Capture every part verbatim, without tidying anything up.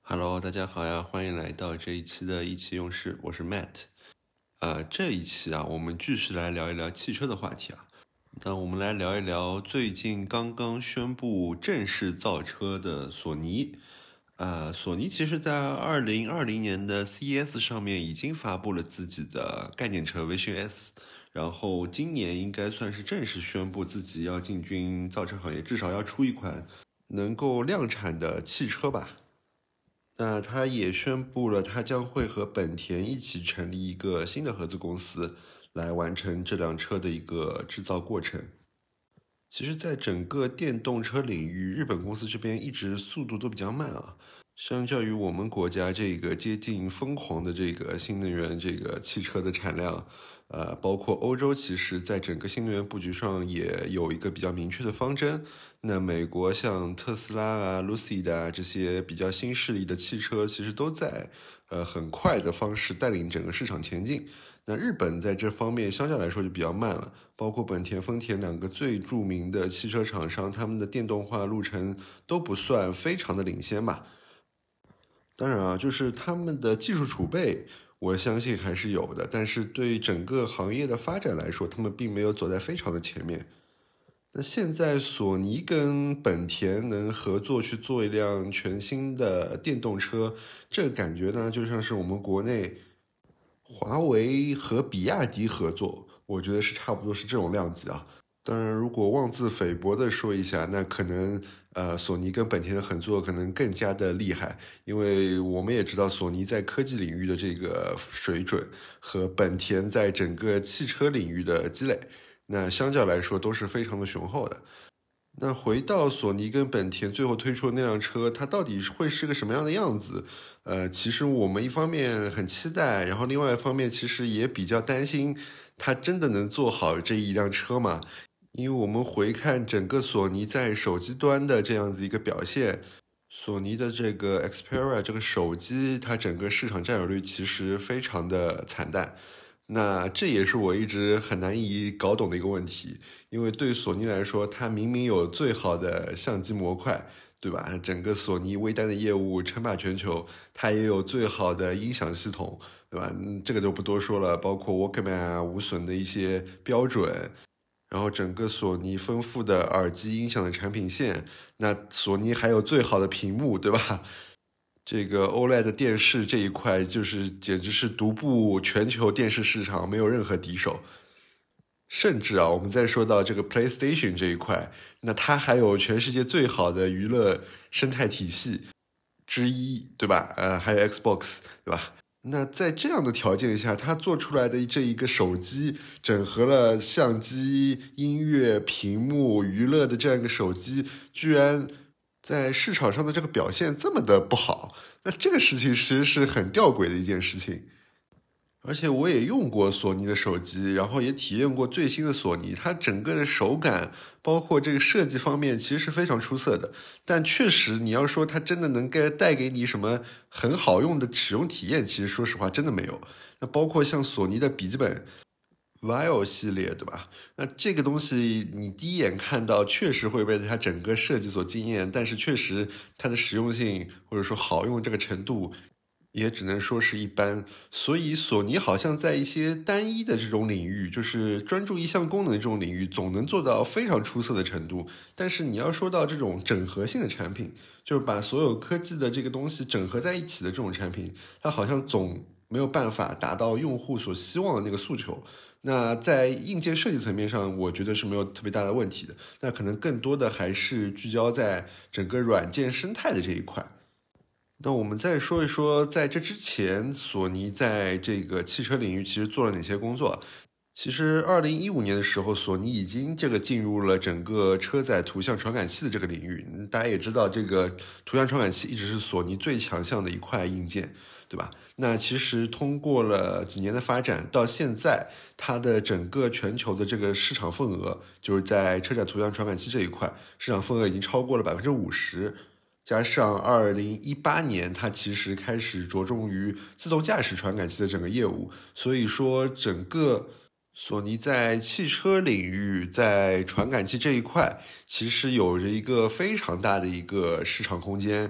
Hello，大家好呀，欢迎来到这一期的意气用事，我是 Matt。呃，这一期啊，我们继续来聊一聊汽车的话题啊。那我们来聊一聊最近刚刚宣布正式造车的索尼。呃，索尼其实在二零二零年的 C E S 上面已经发布了自己的概念车 Vision S，然后今年应该算是正式宣布自己要进军造车行业，至少要出一款能够量产的汽车吧。那他也宣布了，他将会和本田一起成立一个新的合资公司，来完成这辆车的一个制造过程。其实，在整个电动车领域，日本公司这边一直速度都比较慢啊。相较于我们国家这个接近疯狂的这个新能源这个汽车的产量，呃，包括欧洲，其实在整个新能源布局上也有一个比较明确的方针。那美国像特斯拉啊、Lucid 啊这些比较新势力的汽车，其实都在呃很快的方式带领整个市场前进。那日本在这方面相较来说就比较慢了，包括本田、丰田两个最著名的汽车厂商，他们的电动化路程都不算非常的领先吧。当然啊，就是他们的技术储备，我相信还是有的，但是对整个行业的发展来说，他们并没有走在非常的前面。那现在索尼跟本田能合作去做一辆全新的电动车，这个感觉呢，就像是我们国内华为和比亚迪合作，我觉得是差不多是这种量级啊。当然，如果妄自菲薄的说一下，那可能呃，索尼跟本田的合作可能更加的厉害，因为我们也知道索尼在科技领域的这个水准和本田在整个汽车领域的积累，那相较来说都是非常的雄厚的。那回到索尼跟本田最后推出的那辆车，它到底会是个什么样的样子？呃，其实我们一方面很期待，然后另外一方面其实也比较担心，它真的能做好这一辆车吗？因为我们回看整个索尼在手机端的这样子一个表现，索尼的这个 Xperia 这个手机，它整个市场占有率其实非常的惨淡。那这也是我一直很难以搞懂的一个问题，因为对索尼来说，它明明有最好的相机模块，对吧？整个索尼微单的业务称霸全球，它也有最好的音响系统，对吧？嗯，这个就不多说了，包括 Walkman 啊、无损的一些标准。然后整个索尼丰富的耳机音响的产品线，那索尼还有最好的屏幕，对吧？这个 O L E D 电视这一块就是简直是独步全球电视市场，没有任何敌手。甚至啊，我们再说到这个 PlayStation 这一块，那它还有全世界最好的娱乐生态体系之一，对吧？呃，还有 Xbox，对吧？那在这样的条件下，它做出来的这一个手机，整合了相机、音乐、屏幕、娱乐的这样一个手机，居然在市场上的这个表现这么的不好，那这个事情其实是很吊诡的一件事情。而且我也用过索尼的手机，然后也体验过最新的索尼，它整个的手感，包括这个设计方面，其实是非常出色的。但确实，你要说它真的能该带给你什么很好用的使用体验，其实说实话真的没有。那包括像索尼的笔记本 Vaio 系列，对吧？那这个东西你第一眼看到，确实会被它整个设计所惊艳，但是确实它的实用性或者说好用这个程度，也只能说是一般。所以索尼好像在一些单一的这种领域，就是专注一项功能的这种领域，总能做到非常出色的程度。但是你要说到这种整合性的产品，就是把所有科技的这个东西整合在一起的这种产品，它好像总没有办法达到用户所希望的那个诉求。那在硬件设计层面上，我觉得是没有特别大的问题的。那可能更多的还是聚焦在整个软件生态的这一块。那我们再说一说，在这之前，索尼在这个汽车领域其实做了哪些工作？其实，二零一五年的时候，索尼已经这个进入了整个车载图像传感器的这个领域。大家也知道，这个图像传感器一直是索尼最强项的一块硬件，对吧？那其实通过了几年的发展，到现在，它的整个全球的这个市场份额，就是在车载图像传感器这一块，市场份额已经超过了百分之五十。加上二零一八年，它其实开始着重于自动驾驶传感器的整个业务，所以说整个索尼在汽车领域，在传感器这一块，其实有着一个非常大的一个市场空间。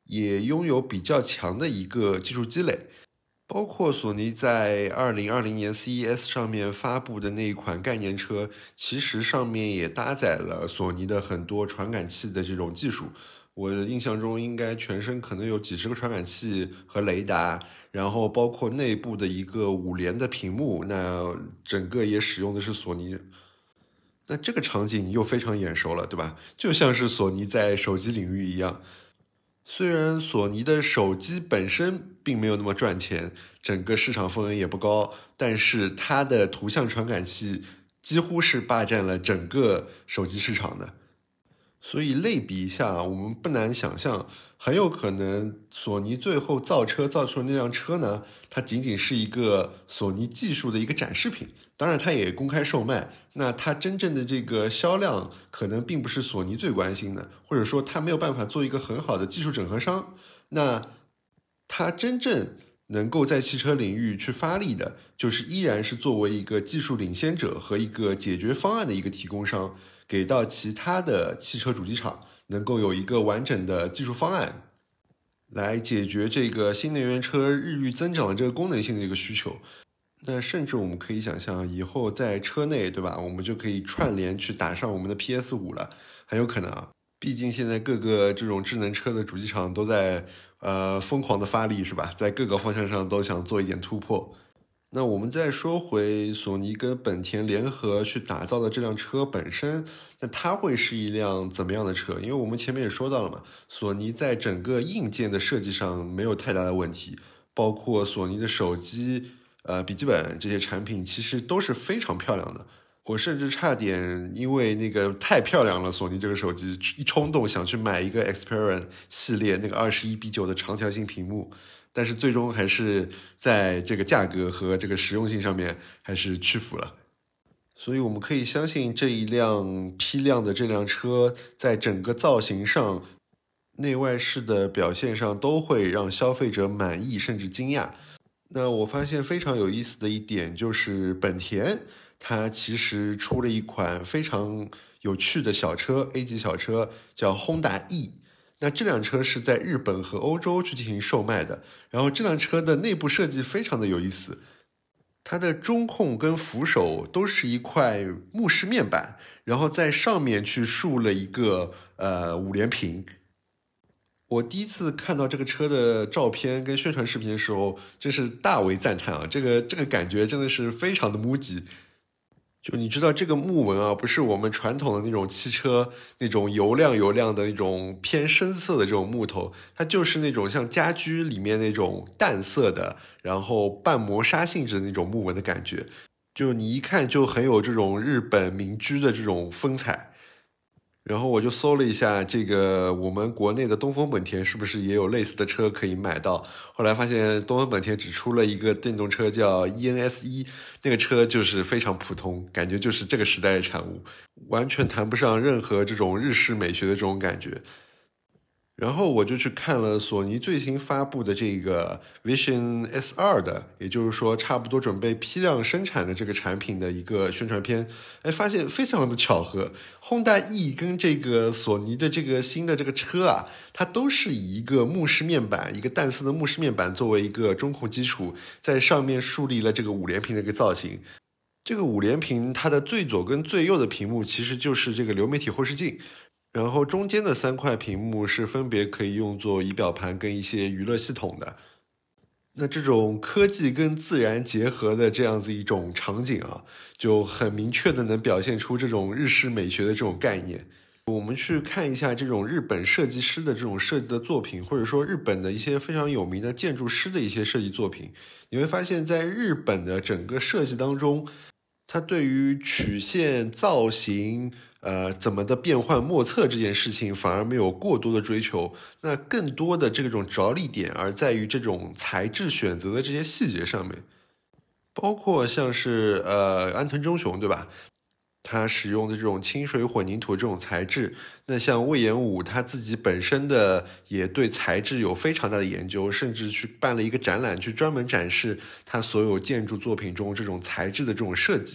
也拥有比较强的一个技术积累。包括索尼在二零二零年 C E S 上面发布的那一款概念车，其实上面也搭载了索尼的很多传感器的这种技术。我印象中应该全身可能有几十个传感器和雷达，然后包括内部的一个五连的屏幕，那整个也使用的是索尼。那这个场景又非常眼熟了，对吧？就像是索尼在手机领域一样。虽然索尼的手机本身并没有那么赚钱，整个市场份额也不高，但是它的图像传感器几乎是霸占了整个手机市场的。所以类比一下，我们不难想象，很有可能索尼最后造车造出的那辆车呢，它仅仅是一个索尼技术的一个展示品。当然它也公开售卖，那它真正的这个销量可能并不是索尼最关心的，或者说它没有办法做一个很好的技术整合商。那它真正能够在汽车领域去发力的，就是依然是作为一个技术领先者和一个解决方案的一个提供商，给到其他的汽车主机厂能够有一个完整的技术方案，来解决这个新能源车日益增长的这个功能性的一个需求。那甚至我们可以想象，以后在车内，对吧，我们就可以串联去打上我们的 P S 五 了，很有可能啊。毕竟现在各个这种智能车的主机厂都在呃疯狂的发力，是吧？在各个方向上都想做一点突破。那我们再说回索尼跟本田联合去打造的这辆车本身，那它会是一辆怎么样的车？因为我们前面也说到了嘛，索尼在整个硬件的设计上没有太大的问题，包括索尼的手机、呃笔记本这些产品其实都是非常漂亮的。我甚至差点因为那个太漂亮了，索尼这个手机一冲动想去买一个 Xperia 系列那个二十一比九的长条形屏幕，但是最终还是在这个价格和这个实用性上面还是屈服了。所以我们可以相信这一辆批量的这辆车在整个造型上、内外饰的表现上都会让消费者满意甚至惊讶。那我发现非常有意思的一点就是本田它其实出了一款非常有趣的小车 A 级小车，叫 Honda E。 那这辆车是在日本和欧洲去进行售卖的，然后这辆车的内部设计非常的有意思，它的中控跟扶手都是一块木饰面板，然后在上面去竖了一个呃五连屏。我第一次看到这个车的照片跟宣传视频的时候，真是大为赞叹啊！这个这个感觉真的是非常的木吉。就你知道这个木纹啊，不是我们传统的那种汽车那种油亮油亮的那种偏深色的这种木头，它就是那种像家居里面那种淡色的，然后半磨砂性质的那种木纹的感觉。就你一看就很有这种日本民居的这种风采。然后我就搜了一下这个我们国内的东风本田是不是也有类似的车可以买到，后来发现东风本田只出了一个电动车叫 E N S 一， 那个车就是非常普通，感觉就是这个时代的产物，完全谈不上任何这种日式美学的这种感觉。然后我就去看了索尼最新发布的这个 Vision S 二 的，也就是说差不多准备批量生产的这个产品的一个宣传片。哎，发现非常的巧合， Honda E 跟这个索尼的这个新的这个车啊，它都是以一个木饰面板，一个淡色的木饰面板作为一个中控基础，在上面树立了这个五连屏的一个造型。这个五连屏它的最左跟最右的屏幕其实就是这个流媒体后视镜，然后中间的三块屏幕是分别可以用作仪表盘跟一些娱乐系统的。那这种科技跟自然结合的这样子一种场景啊，就很明确的能表现出这种日式美学的这种概念。我们去看一下这种日本设计师的这种设计的作品，或者说日本的一些非常有名的建筑师的一些设计作品，你会发现在日本的整个设计当中，它对于曲线造型呃，怎么的变幻莫测这件事情反而没有过多的追求，那更多的这种着力点而在于这种材质选择的这些细节上面，包括像是呃安藤忠雄对吧，他使用的这种清水混凝土这种材质，那像隈研吾他自己本身的也对材质有非常大的研究，甚至去办了一个展览去专门展示他所有建筑作品中这种材质的这种设计。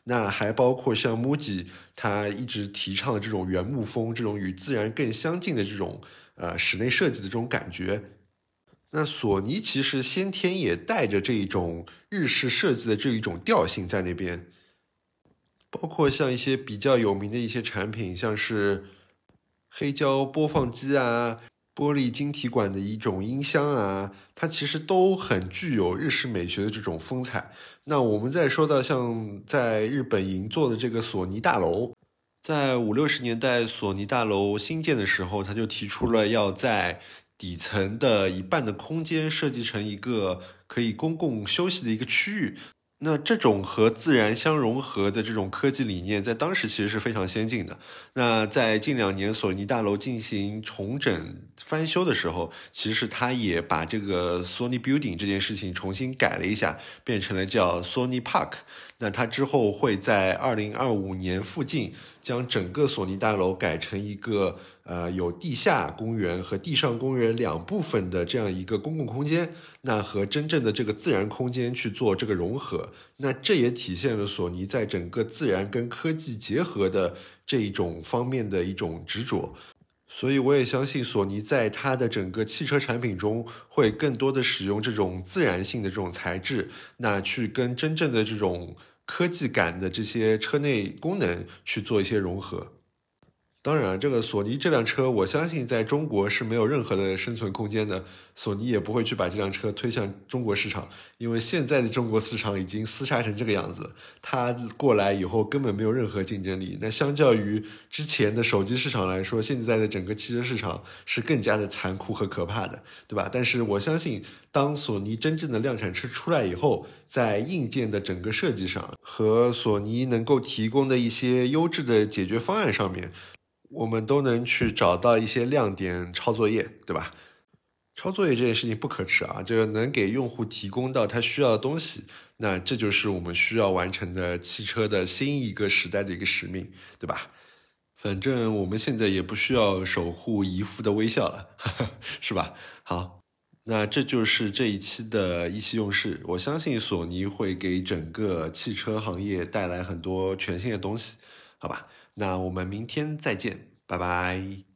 那还包括像 M U J I 它一直提倡的这种原木风，这种与自然更相近的这种呃室内设计的这种感觉。那索尼其实先天也带着这一种日式设计的这一种调性在那边，包括像一些比较有名的一些产品，像是黑胶播放机啊、玻璃晶体管的一种音箱啊，它其实都很具有日式美学的这种风采。那我们再说到像在日本银座的这个索尼大楼，在五六十年代索尼大楼新建的时候，他就提出了要在底层的一半的空间设计成一个可以公共休息的一个区域。那这种和自然相融合的这种科技理念，在当时其实是非常先进的。那在近两年索尼大楼进行重整翻修的时候，其实它也把这个 Sony Building 这件事情重新改了一下，变成了叫 Sony Park。那它之后会在二零二五年附近将整个索尼大楼改成一个呃有地下公园和地上公园两部分的这样一个公共空间，那和真正的这个自然空间去做这个融合。那这也体现了索尼在整个自然跟科技结合的这一种方面的一种执着。所以我也相信索尼在它的整个汽车产品中会更多的使用这种自然性的这种材质，那去跟真正的这种科技感的这些车内功能去做一些融合。当然，这个索尼这辆车，我相信在中国是没有任何的生存空间的。索尼也不会去把这辆车推向中国市场，因为现在的中国市场已经厮杀成这个样子了，它过来以后根本没有任何竞争力。那相较于之前的手机市场来说，现在的整个汽车市场是更加的残酷和可怕的，对吧？但是我相信，当索尼真正的量产车出来以后，在硬件的整个设计上和索尼能够提供的一些优质的解决方案上面，我们都能去找到一些亮点抄作业，对吧？抄作业这件事情不可耻啊，这个能给用户提供到他需要的东西，那这就是我们需要完成的汽车的新一个时代的一个使命，对吧？反正我们现在也不需要守护一副的微笑了，是吧？好，那这就是这一期的意气用事。我相信索尼会给整个汽车行业带来很多全新的东西，好吧？那我们明天再见，拜拜。